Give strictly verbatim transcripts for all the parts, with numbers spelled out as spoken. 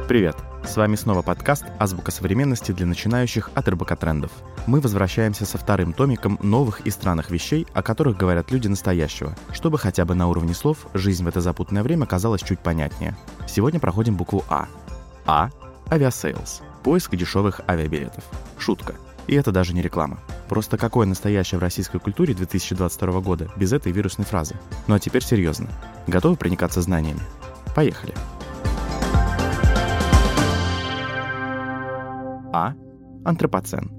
Привет! С вами снова подкаст «Азбука современности» для начинающих от эр бэ ка трендов. Мы возвращаемся со вторым томиком новых и странных вещей, о которых говорят люди настоящего, чтобы хотя бы на уровне слов жизнь в это запутанное время казалась чуть понятнее. Сегодня проходим букву А. А. Авиасейлс. Поиск дешевых авиабилетов. Шутка. И это даже не реклама. Просто какое настоящее в российской культуре две тысячи двадцать второго года без этой вирусной фразы? Ну а теперь серьезно. Готовы проникаться знаниями? Поехали! А. Антропоцен.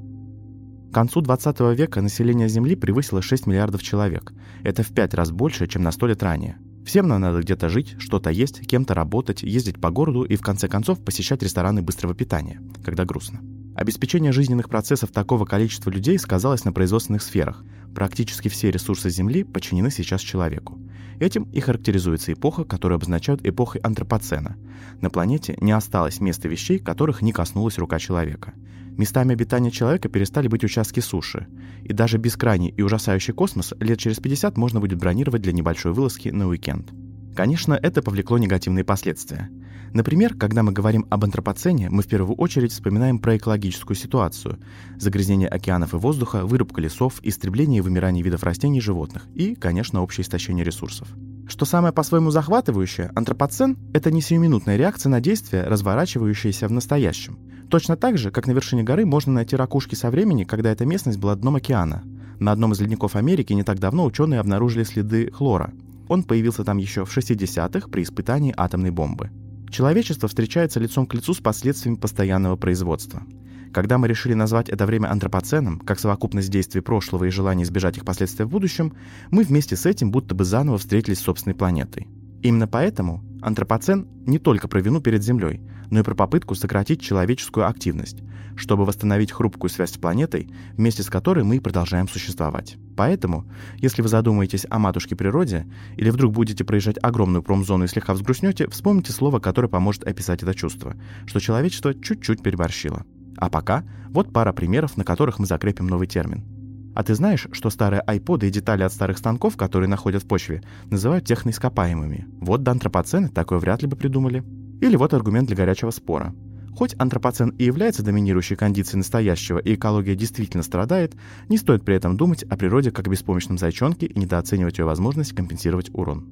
К концу двадцатого века население Земли превысило шесть миллиардов человек. Это в пять раз больше, чем на сто лет ранее. Всем нам надо где-то жить, что-то есть, кем-то работать, ездить по городу и в конце концов посещать рестораны быстрого питания, когда грустно. Обеспечение жизненных процессов такого количества людей сказалось на производственных сферах. Практически все ресурсы Земли подчинены сейчас человеку. Этим и характеризуется эпоха, которую обозначают эпохой антропоцена. На планете не осталось места вещей, которых не коснулась рука человека. Местами обитания человека перестали быть участки суши. И даже бескрайний и ужасающий космос лет через пятьдесят можно будет бронировать для небольшой вылазки на уикенд. Конечно, это повлекло негативные последствия. Например, когда мы говорим об антропоцене, мы в первую очередь вспоминаем про экологическую ситуацию: загрязнение океанов и воздуха, вырубка лесов, истребление и вымирание видов растений и животных и, конечно, общее истощение ресурсов. Что самое по-своему захватывающее, антропоцен — это не сиюминутная реакция на действия, разворачивающиеся в настоящем. Точно так же, как на вершине горы можно найти ракушки со времени, когда эта местность была дном океана. На одном из ледников Америки не так давно ученые обнаружили следы хлора. Он появился там еще в шестидесятых при испытании атомной бомбы. Человечество встречается лицом к лицу с последствиями постоянного производства. Когда мы решили назвать это время антропоценом, как совокупность действий прошлого и желание избежать их последствий в будущем, мы вместе с этим будто бы заново встретились с собственной планетой. Именно поэтому антропоцен не только про вину перед Землей, но и про попытку сократить человеческую активность, чтобы восстановить хрупкую связь с планетой, вместе с которой мы и продолжаем существовать. Поэтому, если вы задумаетесь о матушке природе или вдруг будете проезжать огромную промзону и слегка взгрустнете, вспомните слово, которое поможет описать это чувство, что человечество чуть-чуть переборщило. А пока вот пара примеров, на которых мы закрепим новый термин. А ты знаешь, что старые айподы и детали от старых станков, которые находят в почве, называют техноископаемыми? Вот до антропоцена такое вряд ли бы придумали. Или вот аргумент для горячего спора. Хоть антропоцен и является доминирующей кондицией настоящего, и экология действительно страдает, не стоит при этом думать о природе как о беспомощном зайчонке и недооценивать ее возможность компенсировать урон.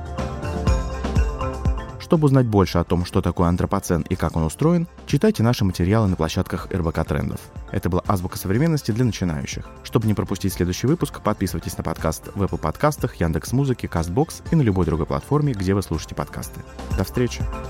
Чтобы узнать больше о том, что такое антропоцен и как он устроен, читайте наши материалы на площадках эр бэ ка трендов. Это была «Азбука современности» для начинающих. Чтобы не пропустить следующий выпуск, подписывайтесь на подкаст в Apple подкастах, Яндекс.Музыке, Castbox и на любой другой платформе, где вы слушаете подкасты. До встречи!